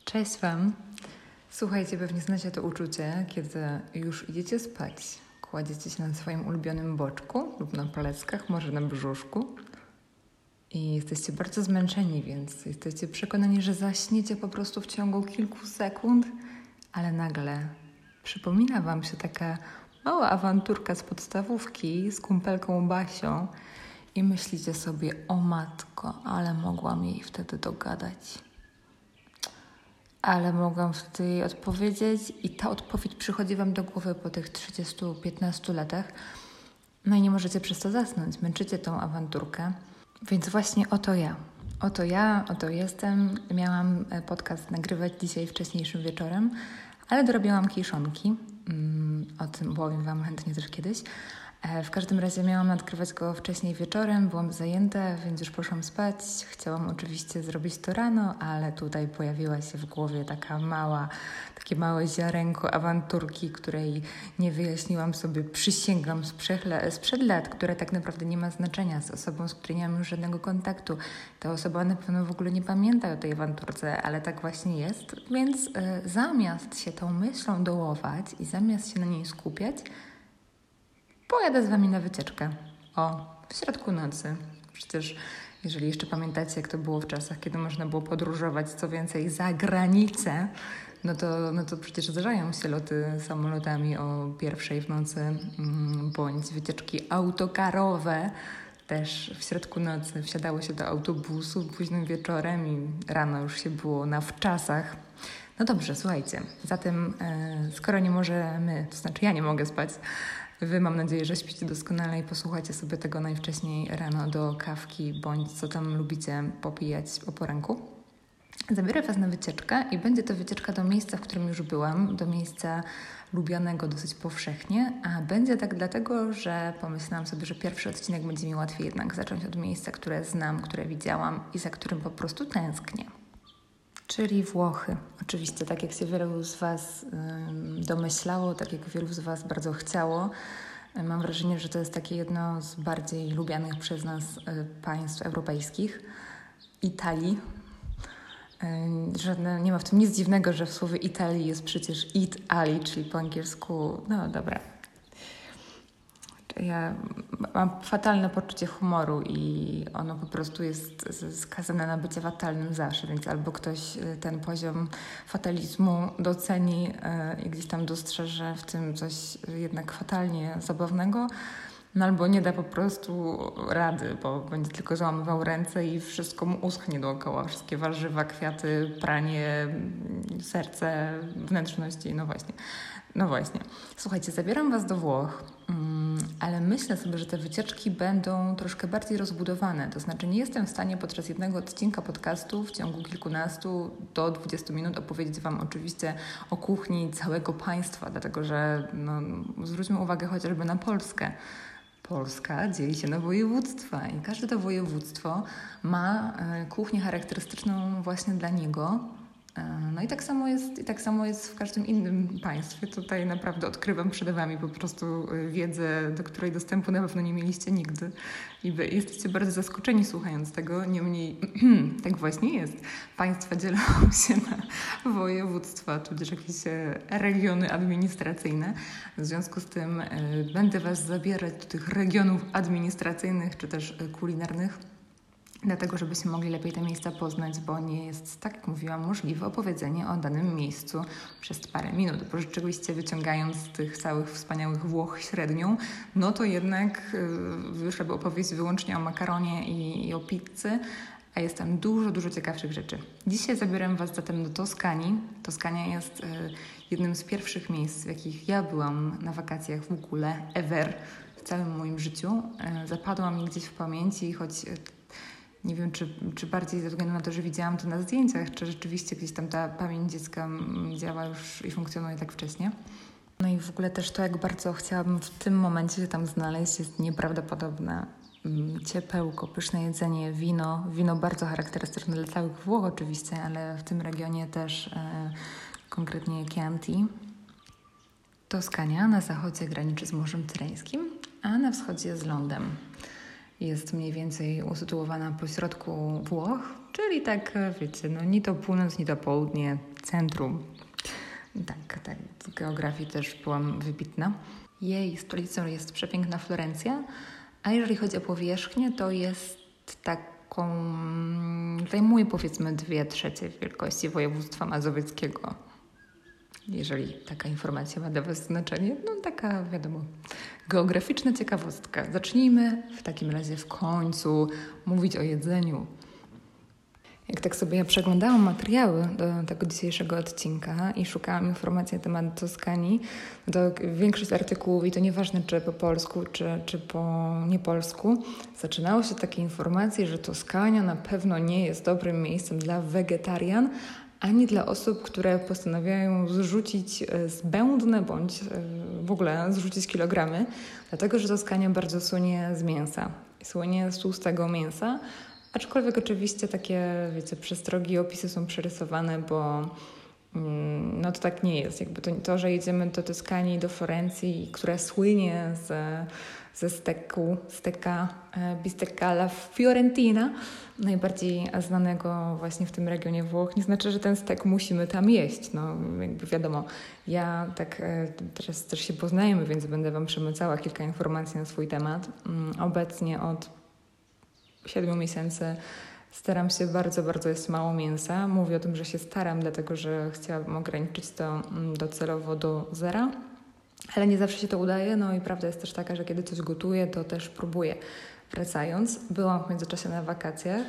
Cześć Wam. Słuchajcie, pewnie znacie to uczucie, kiedy już idziecie spać, kładziecie się na swoim ulubionym boczku lub na pleckach, może na brzuszku i jesteście bardzo zmęczeni, więc jesteście przekonani, że zaśniecie po prostu w ciągu kilku sekund, ale nagle przypomina Wam się taka mała awanturka z podstawówki z kumpelką Basią i myślicie sobie: o matko, ale mogłam jej wtedy dogadać. Ale mogłam wtedy jej odpowiedzieć i ta odpowiedź przychodzi Wam do głowy po tych 30-15 latach. No i nie możecie przez to zasnąć, męczycie tą awanturkę. Więc właśnie oto jestem. Miałam podcast nagrywać dzisiaj wcześniejszym wieczorem, ale dorobiłam kiszonki. O tym powiem Wam chętnie też kiedyś. W każdym razie miałam nagrywać go wcześniej wieczorem, byłam zajęta, więc już poszłam spać. Chciałam oczywiście zrobić to rano, ale tutaj pojawiła się w głowie takie małe ziarenko awanturki, której nie wyjaśniłam sobie, przysięgam, sprzed lat, które tak naprawdę nie ma znaczenia, z osobą, z której nie mam już żadnego kontaktu. Ta osoba na pewno w ogóle nie pamięta o tej awanturce, ale tak właśnie jest, więc zamiast się tą myślą dołować i zamiast się na niej skupiać, pojadę z Wami na wycieczkę. W środku nocy. Przecież jeżeli jeszcze pamiętacie, jak to było w czasach, kiedy można było podróżować, co więcej, za granicę, no to przecież zdarzają się loty samolotami o 1:00 w nocy, bądź wycieczki autokarowe. Też w środku nocy wsiadało się do autobusu późnym wieczorem i rano już się było na wczasach. No dobrze, słuchajcie. Zatem skoro nie możemy, to znaczy ja nie mogę spać, Wy mam nadzieję, że śpicie doskonale i posłuchacie sobie tego najwcześniej rano do kawki, bądź co tam lubicie popijać o poranku. Zabiorę Was na wycieczkę i będzie to wycieczka do miejsca, w którym już byłam, do miejsca lubianego dosyć powszechnie, a będzie tak dlatego, że pomyślałam sobie, że pierwszy odcinek będzie mi łatwiej jednak zacząć od miejsca, które znam, które widziałam i za którym po prostu tęsknię. Czyli Włochy. Oczywiście, tak jak się wielu z Was domyślało, tak jak wielu z Was bardzo chciało. Mam wrażenie, że to jest takie jedno z bardziej lubianych przez nas państw europejskich. Italii. Nie ma w tym nic dziwnego, że w słowie Italii jest przecież It-Ali, czyli po angielsku, no dobra. Ja mam fatalne poczucie humoru i ono po prostu jest skazane na bycie fatalnym zawsze, więc albo ktoś ten poziom fatalizmu doceni i gdzieś tam dostrzeże w tym coś jednak fatalnie zabawnego, no albo nie da po prostu rady, bo będzie tylko załamywał ręce i wszystko mu uschnie dookoła. Wszystkie warzywa, kwiaty, pranie, serce, wnętrzności, no właśnie. Słuchajcie, zabieram Was do Włoch, ale myślę sobie, że te wycieczki będą troszkę bardziej rozbudowane. To znaczy nie jestem w stanie podczas jednego odcinka podcastu w ciągu kilkunastu do 20 minut opowiedzieć Wam oczywiście o kuchni całego państwa, dlatego że zwróćmy uwagę chociażby na Polskę. Polska dzieli się na województwa i każde to województwo ma kuchnię charakterystyczną właśnie dla niego. No i tak samo jest w każdym innym państwie. Tutaj naprawdę odkrywam przed Wami po prostu wiedzę, do której dostępu na pewno nie mieliście nigdy. I Wy jesteście bardzo zaskoczeni słuchając tego. Niemniej tak właśnie jest. Państwa dzielą się na województwa, czy też jakieś regiony administracyjne. W związku z tym będę Was zabierać do tych regionów administracyjnych, czy też kulinarnych, dlatego żebyśmy mogli lepiej te miejsca poznać, bo nie jest, tak jak mówiłam, możliwe opowiedzenie o danym miejscu przez parę minut, bo rzeczywiście wyciągając z tych całych wspaniałych Włoch średnią, no to jednak wyszłaby opowieść wyłącznie o makaronie i o pizzy, a jest tam dużo ciekawszych rzeczy. Dzisiaj zabieram Was zatem do Toskanii. Toskania jest jednym z pierwszych miejsc, w jakich ja byłam na wakacjach w ogóle, ever, w całym moim życiu. Zapadła mi gdzieś w pamięci, choć nie wiem, czy bardziej ze względu na to, że widziałam to na zdjęciach, czy rzeczywiście gdzieś tam ta pamięć dziecka działa już i funkcjonuje tak wcześnie. No i w ogóle też to, jak bardzo chciałabym w tym momencie się tam znaleźć, jest nieprawdopodobne. Ciepełko, pyszne jedzenie, wino bardzo charakterystyczne dla całych Włoch oczywiście, ale w tym regionie też konkretnie Chianti. Toskania na zachodzie graniczy z Morzem Tyreńskim, a na wschodzie z lądem. Jest mniej więcej usytuowana pośrodku Włoch, czyli tak, wiecie, ni to północ, ni to południe, centrum. Tak, w geografii też byłam wybitna. Jej stolicą jest przepiękna Florencja, a jeżeli chodzi o powierzchnię, to jest zajmuje powiedzmy 2/3 wielkości województwa mazowieckiego. Jeżeli taka informacja ma dla Was znaczenie, taka wiadomo, geograficzna ciekawostka. Zacznijmy w takim razie w końcu mówić o jedzeniu. Jak tak sobie przeglądałam materiały do tego dzisiejszego odcinka i szukałam informacji na temat Toskanii, to większość artykułów, i to nieważne czy po polsku, czy po niepolsku, zaczynało się od takiej informacji, że Toskania na pewno nie jest dobrym miejscem dla wegetarian, ani dla osób, które postanawiają zrzucić zbędne bądź w ogóle zrzucić kilogramy, dlatego że Toskania bardzo słynie z mięsa. Słynie z tłustego mięsa, aczkolwiek oczywiście takie, przestrogi i opisy są przerysowane, bo to tak nie jest. Jakby to, że jedziemy do Toskanii, do Florencji, która słynie ze steka bistecca alla fiorentina, najbardziej znanego właśnie w tym regionie Włoch, nie znaczy, że ten stek musimy tam jeść. Wiadomo, ja tak teraz też się poznajemy, więc będę Wam przemycała kilka informacji na swój temat. Obecnie od 7 miesięcy staram się bardzo, bardzo jeść mało mięsa. Mówię o tym, że się staram, dlatego że chciałabym ograniczyć to docelowo do 0. Ale nie zawsze się to udaje, i prawda jest też taka, że kiedy coś gotuję, to też próbuję. Wracając, byłam w międzyczasie na wakacjach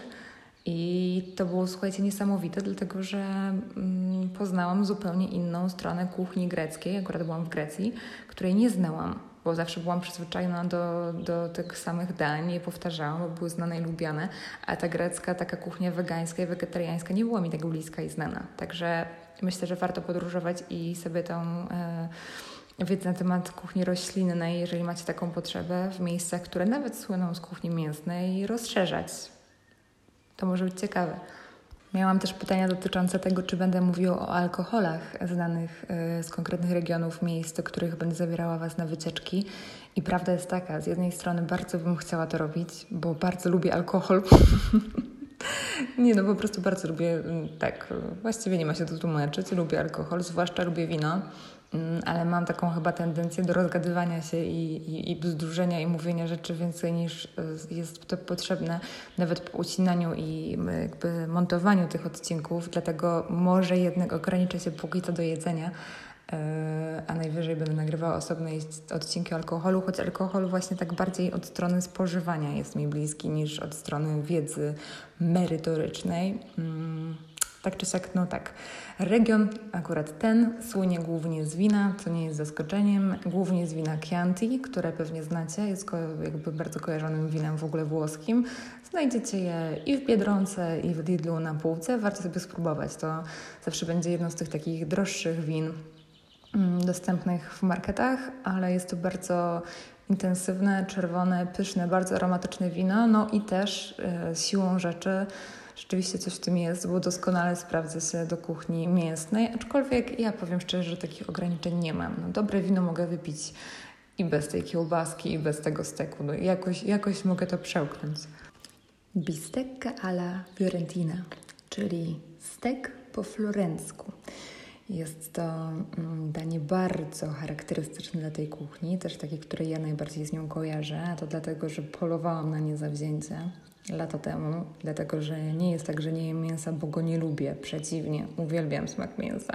i to było, słuchajcie, niesamowite, dlatego że poznałam zupełnie inną stronę kuchni greckiej. Akurat byłam w Grecji, której nie znałam, bo zawsze byłam przyzwyczajona do tych samych dań, je powtarzałam, bo były znane i lubiane, a ta grecka, taka kuchnia wegańska i wegetariańska nie była mi tak bliska i znana. Także myślę, że warto podróżować i sobie tą wiedzę na temat kuchni roślinnej, jeżeli macie taką potrzebę, w miejscach, które nawet słyną z kuchni mięsnej, rozszerzać. To może być ciekawe. Miałam też pytania dotyczące tego, czy będę mówiła o alkoholach znanych z konkretnych regionów, miejsc, do których będę zabierała Was na wycieczki. I prawda jest taka, z jednej strony bardzo bym chciała to robić, bo bardzo lubię alkohol. Po prostu bardzo lubię, właściwie nie ma się to tłumaczyć, lubię alkohol, zwłaszcza lubię wino. Ale mam taką chyba tendencję do rozgadywania się i bzdłużenia i mówienia rzeczy więcej niż jest to potrzebne nawet po ucinaniu i jakby montowaniu tych odcinków, dlatego może jednak ograniczę się póki co do jedzenia, a najwyżej będę nagrywała osobne odcinki alkoholu, choć alkohol właśnie tak bardziej od strony spożywania jest mi bliski niż od strony wiedzy merytorycznej. Tak czy siak, Region akurat ten słynie głównie z wina, co nie jest zaskoczeniem, głównie z wina Chianti, które pewnie znacie, jest jakby bardzo kojarzonym winem w ogóle włoskim. Znajdziecie je i w Biedronce, i w Lidlu na półce, warto sobie spróbować. To zawsze będzie jedno z tych takich droższych win dostępnych w marketach, ale jest to bardzo intensywne, czerwone, pyszne, bardzo aromatyczne wino, i też siłą rzeczy rzeczywiście coś w tym jest, bo doskonale sprawdza się do kuchni mięsnej, aczkolwiek ja powiem szczerze, że takich ograniczeń nie mam. Dobre wino mogę wypić i bez tej kiełbaski, i bez tego steku. Jakoś mogę to przełknąć. Bistecca alla fiorentina, czyli stek po florencku. Jest to danie bardzo charakterystyczne dla tej kuchni, też takie, które ja najbardziej z nią kojarzę, a to dlatego, że polowałam na nie zawzięcie lata temu, dlatego że nie jest tak, że nie jem mięsa, bo go nie lubię. Przeciwnie, uwielbiam smak mięsa.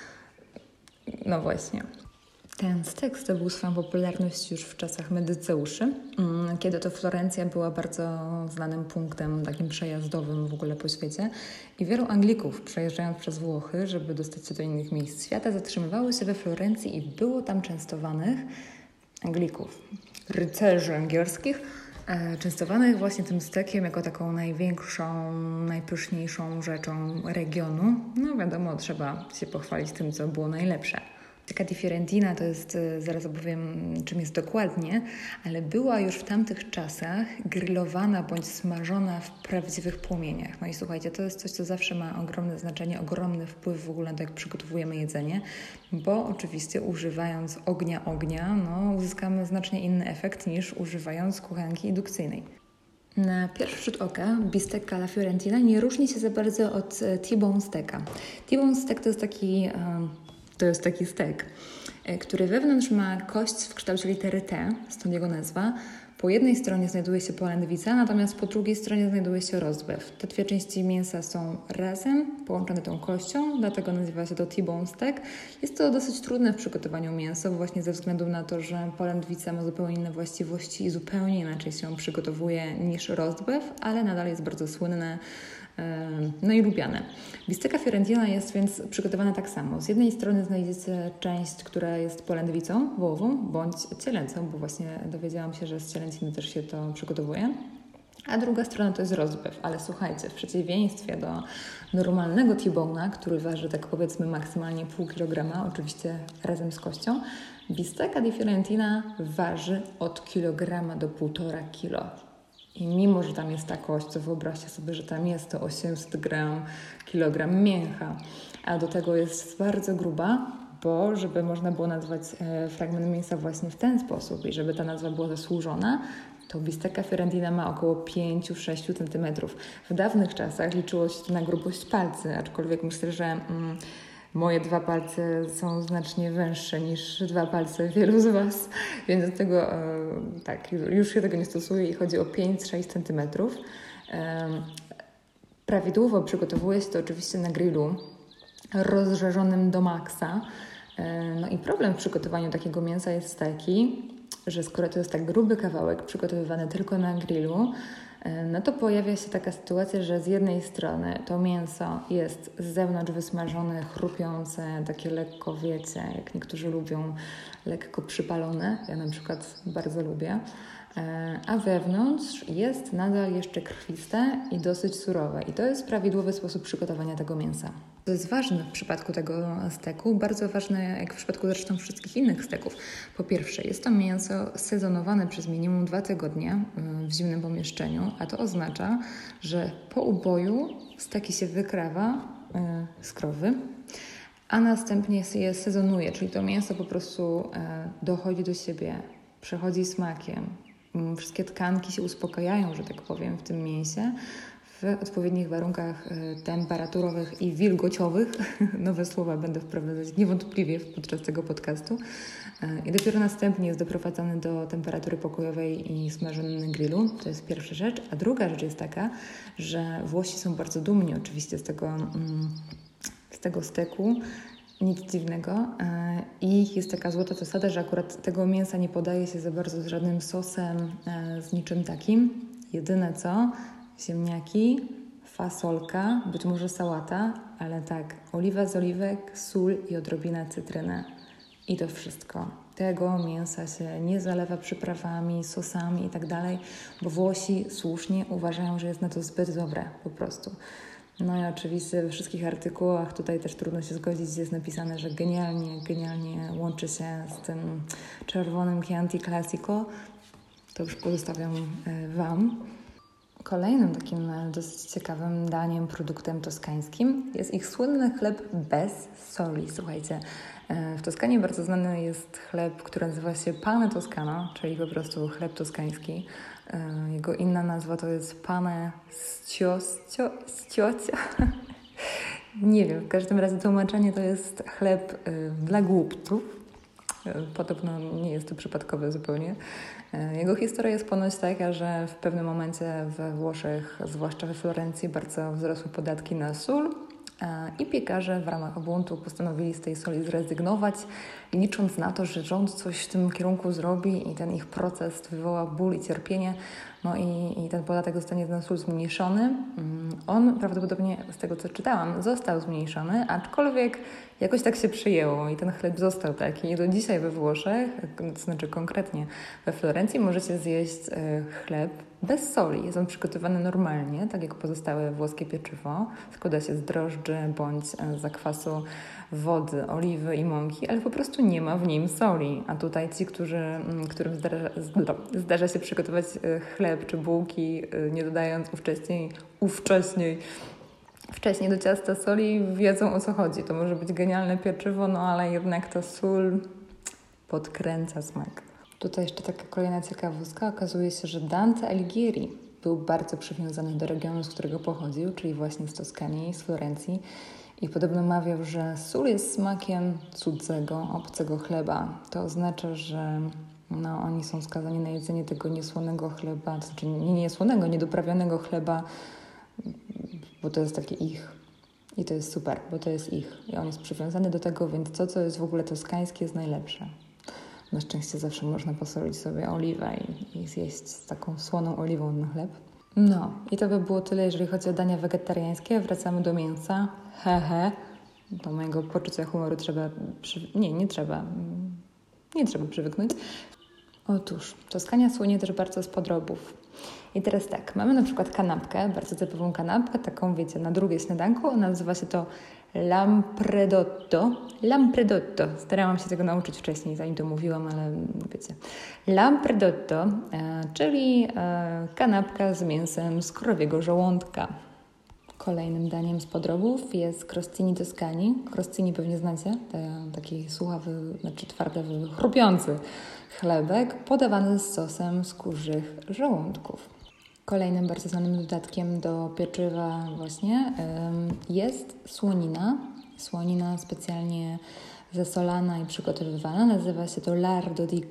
Właśnie. Ten stek zdobył swoją popularność już w czasach Medyceuszy, kiedy to Florencja była bardzo znanym punktem takim przejazdowym w ogóle po świecie i wielu Anglików przejeżdżając przez Włochy, żeby dostać się do innych miejsc świata, zatrzymywało się we Florencji i było tam częstowanych Anglików, rycerzy angielskich, częstowanych właśnie tym stekiem jako taką największą, najpyszniejszą rzeczą regionu. Wiadomo, trzeba się pochwalić tym, co było najlepsze. Bistecca di Fiorentina to jest, zaraz opowiem czym jest dokładnie, ale była już w tamtych czasach grillowana bądź smażona w prawdziwych płomieniach. I słuchajcie, to jest coś, co zawsze ma ogromne znaczenie, ogromny wpływ w ogóle na to, jak przygotowujemy jedzenie, bo oczywiście używając ognia, uzyskamy znacznie inny efekt niż używając kuchenki indukcyjnej. Na pierwszy rzut oka bistecca alla fiorentina nie różni się za bardzo od T-bone steaka. T-bone steak to jest taki stek, który wewnątrz ma kość w kształcie litery T, stąd jego nazwa. Po jednej stronie znajduje się polędwica, natomiast po drugiej stronie znajduje się rozbew. Te dwie części mięsa są razem, połączone tą kością, dlatego nazywa się to T-bone steak. Jest to dosyć trudne w przygotowaniu mięsa, właśnie ze względu na to, że polędwica ma zupełnie inne właściwości i zupełnie inaczej się przygotowuje niż rozbew, ale nadal jest bardzo słynne, no i lubiane. Bistecca fiorentina jest więc przygotowana tak samo. Z jednej strony znajdziecie część, która jest polędwicą wołową bądź cielęcą, bo właśnie dowiedziałam się, że z cielęciny też się to przygotowuje. A druga strona to jest rozbew. Ale słuchajcie, w przeciwieństwie do normalnego T-bone'a, który waży tak powiedzmy maksymalnie pół kilograma, oczywiście razem z kością, bistecca di fiorentina waży od kilograma do 1,5 kilo. I mimo, że tam jest ta kość, to wyobraźcie sobie, że tam jest to 800 gram, kilogram mięcha, a do tego jest bardzo gruba, bo żeby można było nazwać fragment mięsa właśnie w ten sposób i żeby ta nazwa była zasłużona, to bistecca fiorentina ma około 5-6 cm. W dawnych czasach liczyło się to na grubość palcy, aczkolwiek myślę, że moje 2 palce są znacznie węższe niż 2 palce wielu z Was, więc dlatego tak, już się tego nie stosuję i chodzi o 5-6 cm. Prawidłowo przygotowuje się to oczywiście na grillu rozżarzonym do maksa. No i problem w przygotowaniu takiego mięsa jest taki, że skoro to jest tak gruby kawałek przygotowywany tylko na grillu, no to pojawia się taka sytuacja, że z jednej strony to mięso jest z zewnątrz wysmażone, chrupiące, takie lekko, wiecie, jak niektórzy lubią, lekko przypalone. Ja na przykład bardzo lubię. A wewnątrz jest nadal jeszcze krwiste i dosyć surowe. I to jest prawidłowy sposób przygotowania tego mięsa. To jest ważne w przypadku tego steku, bardzo ważne jak w przypadku zresztą wszystkich innych steków. Po pierwsze, jest to mięso sezonowane przez minimum 2 tygodnie w zimnym pomieszczeniu, a to oznacza, że po uboju steki się wykrawa z krowy, a następnie je sezonuje, czyli to mięso po prostu dochodzi do siebie, przechodzi smakiem. Wszystkie tkanki się uspokajają, że tak powiem, w tym mięsie w odpowiednich warunkach temperaturowych i wilgociowych. Nowe słowa będę wprowadzać niewątpliwie podczas tego podcastu. I dopiero następnie jest doprowadzany do temperatury pokojowej i smażony na grillu. To jest pierwsza rzecz. A druga rzecz jest taka, że Włosi są bardzo dumni oczywiście z tego steku. Nic dziwnego. I jest taka złota zasada, że akurat tego mięsa nie podaje się za bardzo z żadnym sosem, z niczym takim. Jedyne co, ziemniaki, fasolka, być może sałata, ale tak, oliwa z oliwek, sól i odrobina cytryny. I to wszystko. Tego mięsa się nie zalewa przyprawami, sosami i tak dalej, bo Włosi słusznie uważają, że jest na to zbyt dobre po prostu. No i oczywiście we wszystkich artykułach, tutaj też trudno się zgodzić, jest napisane, że genialnie łączy się z tym czerwonym Chianti Classico. To już pozostawiam Wam. Kolejnym takim dosyć ciekawym daniem, produktem toskańskim jest ich słynny chleb bez soli. Słuchajcie, w Toskanii bardzo znany jest chleb, który nazywa się pane toscano, czyli po prostu chleb toskański. Jego inna nazwa to jest pane sciocia. Nie wiem, w każdym razie tłumaczenie to jest chleb dla głupców. Podobno nie jest to przypadkowe zupełnie. Jego historia jest ponoć taka, że w pewnym momencie we Włoszech, zwłaszcza we Florencji, bardzo wzrosły podatki na sól i piekarze w ramach buntu postanowili z tej soli zrezygnować, licząc na to, że rząd coś w tym kierunku zrobi i ten ich proces wywoła ból i cierpienie. No i ten podatek zostanie na sól zmniejszony. On prawdopodobnie, z tego co czytałam, został zmniejszony, aczkolwiek jakoś tak się przyjęło i ten chleb został taki. I do dzisiaj we Włoszech, to znaczy konkretnie we Florencji, możecie zjeść chleb bez soli. Jest on przygotowany normalnie, tak jak pozostałe włoskie pieczywo. Składa się z drożdży bądź zakwasu, wody, oliwy i mąki, ale po prostu nie ma w nim soli. A tutaj ci, którym zdarza się przygotować chleb czy bułki, nie dodając wcześniej do ciasta soli, wiedzą o co chodzi. To może być genialne pieczywo, no ale jednak ta sól podkręca smak. Tutaj jeszcze taka kolejna ciekawostka. Okazuje się, że Dante Alighieri był bardzo przywiązany do regionu, z którego pochodził, czyli właśnie z Toskanii, z Florencji. I podobno mawiał, że sól jest smakiem cudzego, obcego chleba. To oznacza, że oni są skazani na jedzenie tego niesłonego chleba, to znaczy nie niesłonego, niedoprawionego chleba, bo to jest takie ich. I to jest super, bo to jest ich. I on jest przywiązany do tego, więc to, co jest w ogóle toskańskie, jest najlepsze. Na szczęście zawsze można posolić sobie oliwę i zjeść z taką słoną oliwą na chleb. No, i to by było tyle, jeżeli chodzi o dania wegetariańskie. Wracamy do mięsa. Do mojego poczucia humoru trzeba... Nie trzeba przywyknąć. Otóż, Toskania słynie też bardzo z podrobów. I teraz tak, mamy na przykład kanapkę, bardzo typową kanapkę, taką wiecie, na drugie śniadanko. Nazywa się to lampredotto. Lampredotto. Starałam się tego nauczyć wcześniej, zanim to mówiłam, ale wiecie. Lampredotto, czyli kanapka z mięsem z krowiego żołądka. Kolejnym daniem z podrobów jest crostini toscani. Crostini pewnie znacie, taki suchawy, znaczy twardy, chrupiący chlebek podawany z sosem z kurzych żołądków. Kolejnym bardzo znanym dodatkiem do pieczywa właśnie jest słonina. Słonina specjalnie zasolana i przygotowywana. Nazywa się to lardo di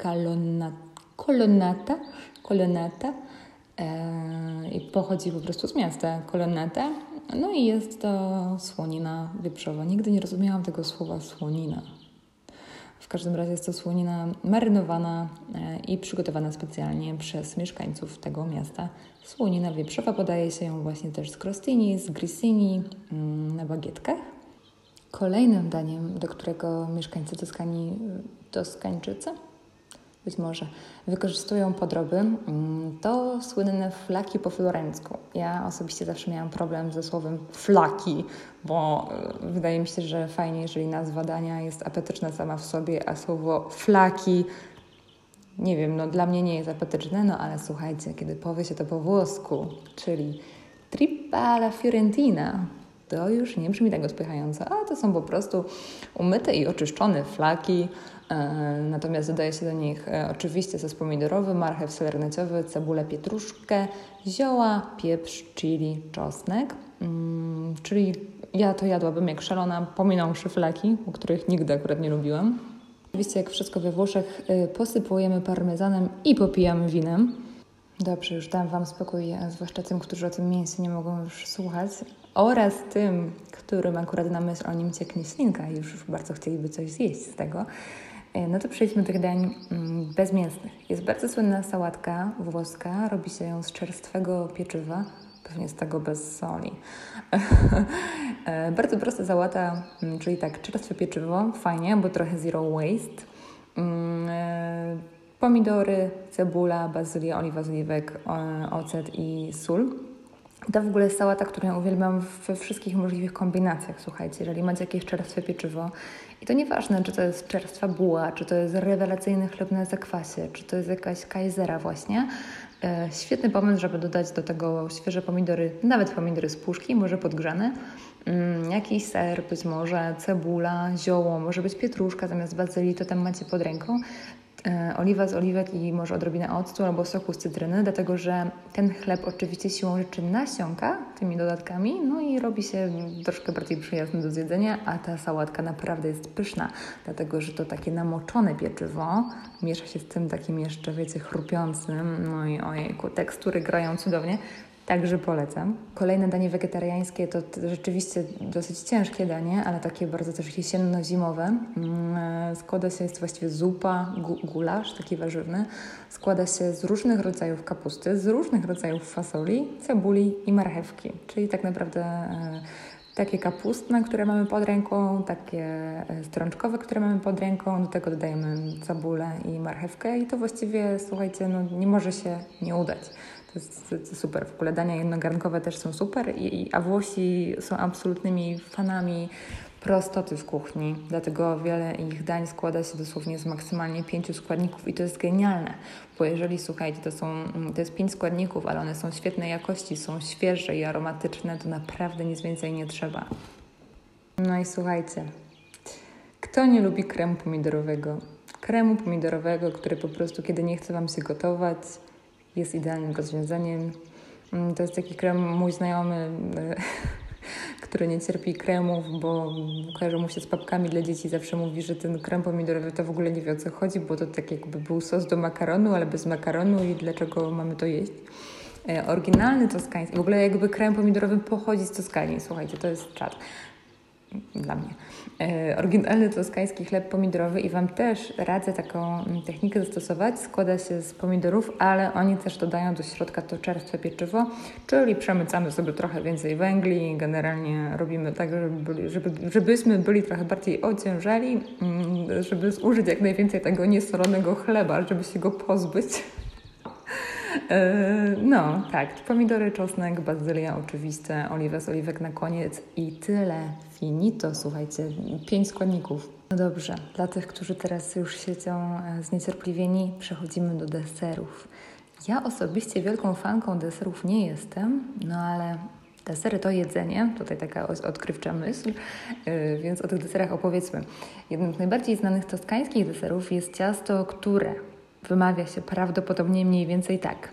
colonnata. I pochodzi po prostu z miasta Colonnata. No i jest to słonina wieprzowa. Nigdy nie rozumiałam tego słowa słonina. W każdym razie jest to słonina marynowana i przygotowana specjalnie przez mieszkańców tego miasta. Słonina wieprzowa, podaje się ją właśnie też z crostini, z grissini na bagietkach. Kolejnym daniem, do którego mieszkańcy Toskańczycy być może wykorzystują podroby, to słynne flaki po florencku. Ja osobiście zawsze miałam problem ze słowem flaki, bo wydaje mi się, że fajnie, jeżeli nazwa dania jest apetyczna sama w sobie, a słowo flaki, nie wiem, dla mnie nie jest apetyczne, ale słuchajcie, kiedy powie się to po włosku, czyli trippa alla fiorentina, to już nie brzmi tak odpychająco, a to są po prostu umyte i oczyszczone flaki. Natomiast dodaje się do nich oczywiście sos pomidorowy, marchew salerneciowy, cebulę, pietruszkę, zioła, pieprz, chili, czosnek. Czyli ja to jadłabym jak szalona, pominąwszy flaki, o których nigdy akurat nie lubiłam. Oczywiście jak wszystko we Włoszech posypujemy parmezanem i popijamy winem. Dobrze, już dam Wam spokój, zwłaszcza tym, którzy o tym mięsie nie mogą już słuchać, oraz tym, którym akurat na myśl o nim cieknie ślinka i już bardzo chcieliby coś zjeść z tego. No to przejdźmy do tych dań bezmięsnych. Jest bardzo słynna sałatka włoska, robi się ją z czerstwego pieczywa, pewnie z tego bez soli. Bardzo prosta sałata, czyli tak, czerstwe pieczywo, fajnie, bo trochę zero waste. Pomidory, cebula, bazylia, oliwa z oliwek, ocet i sól. To w ogóle jest sałata, którą ja uwielbiam we wszystkich możliwych kombinacjach. Słuchajcie, jeżeli macie jakieś czerstwe pieczywo i to nieważne, czy to jest czerstwa buła, czy to jest rewelacyjny chleb na zakwasie, czy to jest jakaś kajzera właśnie, świetny pomysł, żeby dodać do tego świeże pomidory, nawet pomidory z puszki, może podgrzane, jakiś ser, być może cebula, zioło, może być pietruszka zamiast bazylii, to tam macie pod ręką. Oliwa z oliwek i może odrobinę octu albo soku z cytryny, dlatego że ten chleb oczywiście siłą rzeczy nasiąka tymi dodatkami, no i robi się troszkę bardziej przyjazny do zjedzenia, a ta sałatka naprawdę jest pyszna, dlatego że to takie namoczone pieczywo miesza się z tym takim jeszcze, wiecie, chrupiącym, no i ojejku, tekstury grają cudownie. Także polecam. Kolejne danie wegetariańskie to rzeczywiście dosyć ciężkie danie, ale takie bardzo też jesienno-zimowe. Składa się, jest właściwie zupa, gulasz, taki warzywny. Składa się z różnych rodzajów kapusty, z różnych rodzajów fasoli, cebuli i marchewki. Czyli tak naprawdę takie kapustne, które mamy pod ręką, takie strączkowe, które mamy pod ręką. Do tego dodajemy cebulę i marchewkę i to właściwie, słuchajcie, nie może się nie udać. To jest super. W ogóle dania jednogarnkowe też są super, a Włosi są absolutnymi fanami prostoty w kuchni. Dlatego wiele ich dań składa się dosłownie z maksymalnie 5 składników i to jest genialne, bo jeżeli, słuchajcie, to jest 5 składników, ale one są świetnej jakości, są świeże i aromatyczne, to naprawdę nic więcej nie trzeba. No i słuchajcie, kto nie lubi kremu pomidorowego? Kremu pomidorowego, który po prostu, kiedy nie chce Wam się gotować, jest idealnym rozwiązaniem. To jest taki krem, mój znajomy, który nie cierpi kremów, bo kojarzy mu się z papkami dla dzieci. Zawsze mówi, że ten krem pomidorowy to w ogóle nie wie, o co chodzi, bo to tak jakby był sos do makaronu, ale bez makaronu i dlaczego mamy to jeść. Oryginalny toskański, w ogóle jakby krem pomidorowy pochodzi z Toskanii, słuchajcie, to jest czad dla mnie. Oryginalny toskański chleb pomidorowy i Wam też radzę taką technikę zastosować. Składa się z pomidorów, ale oni też dodają do środka to czerstwe pieczywo, czyli przemycamy sobie trochę więcej węgli. Generalnie robimy tak, żebyśmy byli trochę bardziej ociężali, żeby zużyć jak najwięcej tego niesolonego chleba, żeby się go pozbyć. No, tak, pomidory, czosnek, bazylia oczywiste, oliwa z oliwek na koniec i tyle. Finito, słuchajcie, 5 składników. No dobrze, dla tych, którzy teraz już siedzą zniecierpliwieni, przechodzimy do deserów. Ja osobiście wielką fanką deserów nie jestem, no ale desery to jedzenie, tutaj taka odkrywcza myśl, więc o tych deserach opowiedzmy. Jednym z najbardziej znanych toskańskich deserów jest ciasto, które wymawia się prawdopodobnie mniej więcej tak.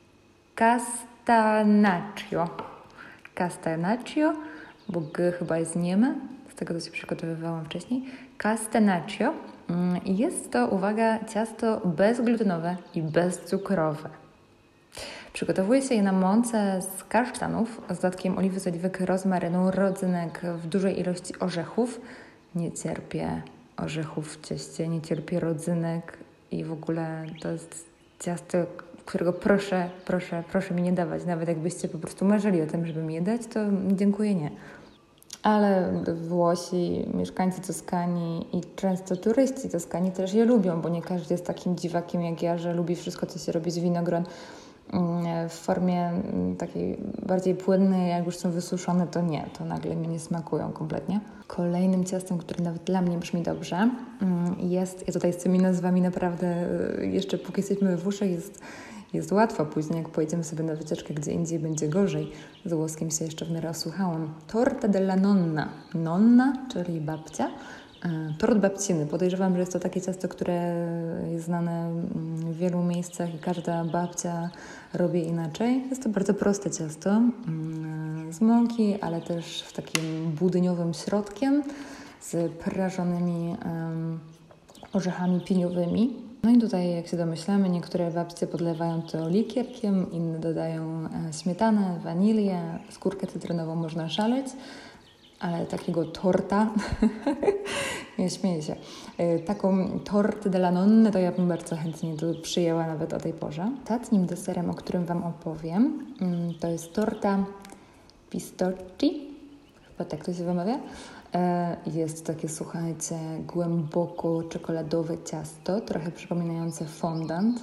Castanaccio. Castanaccio, bo G chyba jest nieme, z tego co się przygotowywałam wcześniej. Castanaccio. Jest to, uwaga, ciasto bezglutenowe i bezcukrowe. Przygotowuje się je na mące z kasztanów z dodatkiem oliwy z oliwek, rozmarynu, rodzynek, w dużej ilości orzechów. Nie cierpię orzechów w cieście, nie cierpię rodzynek i w ogóle to jest ciasto, którego proszę mi nie dawać. Nawet jakbyście po prostu marzyli o tym, żeby mi je dać, to dziękuję, nie. Ale Włosi, mieszkańcy Toskanii i często turyści Toskanii też je lubią, bo nie każdy jest takim dziwakiem jak ja, że lubi wszystko, co się robi z winogron w formie takiej bardziej płynnej, jak już są wysuszone, to nie, to nagle mi nie smakują kompletnie. Kolejnym ciastem, które nawet dla mnie brzmi dobrze, jest, ja tutaj z tymi nazwami naprawdę jeszcze póki jesteśmy we Włoszech jest łatwo, później jak pojedziemy sobie na wycieczkę gdzie indziej będzie gorzej. Z włoskim się jeszcze w miarę osłuchałam. Torta della nonna. Nonna, czyli babcia. Tort babciny. Podejrzewam, że jest to takie ciasto, które jest znane w wielu miejscach i każda babcia robi inaczej. Jest to bardzo proste ciasto z mąki, ale też z takim budyniowym środkiem, z prażonymi orzechami piniowymi. No i tutaj, jak się domyślamy, niektóre babcie podlewają to likierkiem, inne dodają śmietanę, wanilię, skórkę cytrynową można szaleć, ale takiego torta, nie śmieję się, taką tortę della nonna to ja bym bardzo chętnie to przyjęła nawet o tej porze. Ostatnim deserem, o którym Wam opowiem, to jest torta pistocchi, chyba tak to się wymawia. Jest takie, słuchajcie, głęboko czekoladowe ciasto, trochę przypominające fondant.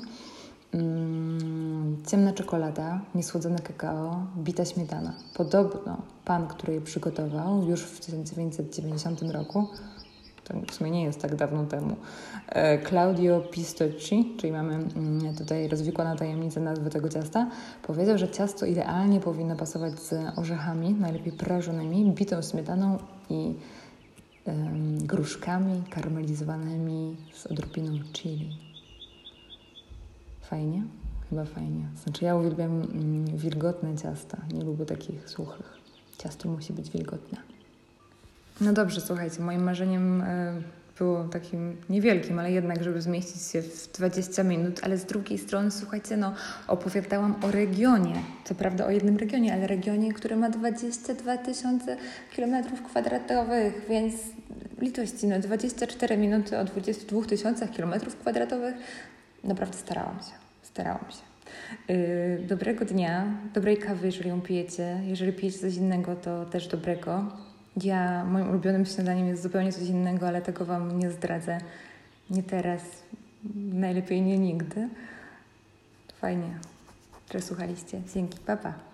Ciemna czekolada, niesłodzone kakao, bita śmietana. Podobno pan, który je przygotował już w 1990 roku, to w sumie nie jest tak dawno temu, Claudio Pistocchi, czyli mamy tutaj rozwikłaną tajemnicę nazwy tego ciasta, powiedział, że ciasto idealnie powinno pasować z orzechami, najlepiej prażonymi, bitą śmietaną i gruszkami karmelizowanymi z odrobiną chili. Fajnie? Chyba fajnie. Znaczy ja uwielbiam wilgotne ciasta. Nie lubię takich suchych. Ciasto musi być wilgotne. No dobrze, słuchajcie, moim marzeniem było takim niewielkim, ale jednak, żeby zmieścić się w 20 minut, ale z drugiej strony, słuchajcie, opowiadałam o regionie, co prawda o jednym regionie, ale regionie, który ma 22 000 km², więc litości, 24 minuty o 22 000 km², naprawdę starałam się. Dobrego dnia, dobrej kawy, jeżeli ją pijecie. Jeżeli pijecie coś innego, to też dobrego. Moim ulubionym śniadaniem jest zupełnie coś innego, ale tego Wam nie zdradzę. Nie teraz, najlepiej nie nigdy. Fajnie, że słuchaliście. Dzięki, pa pa.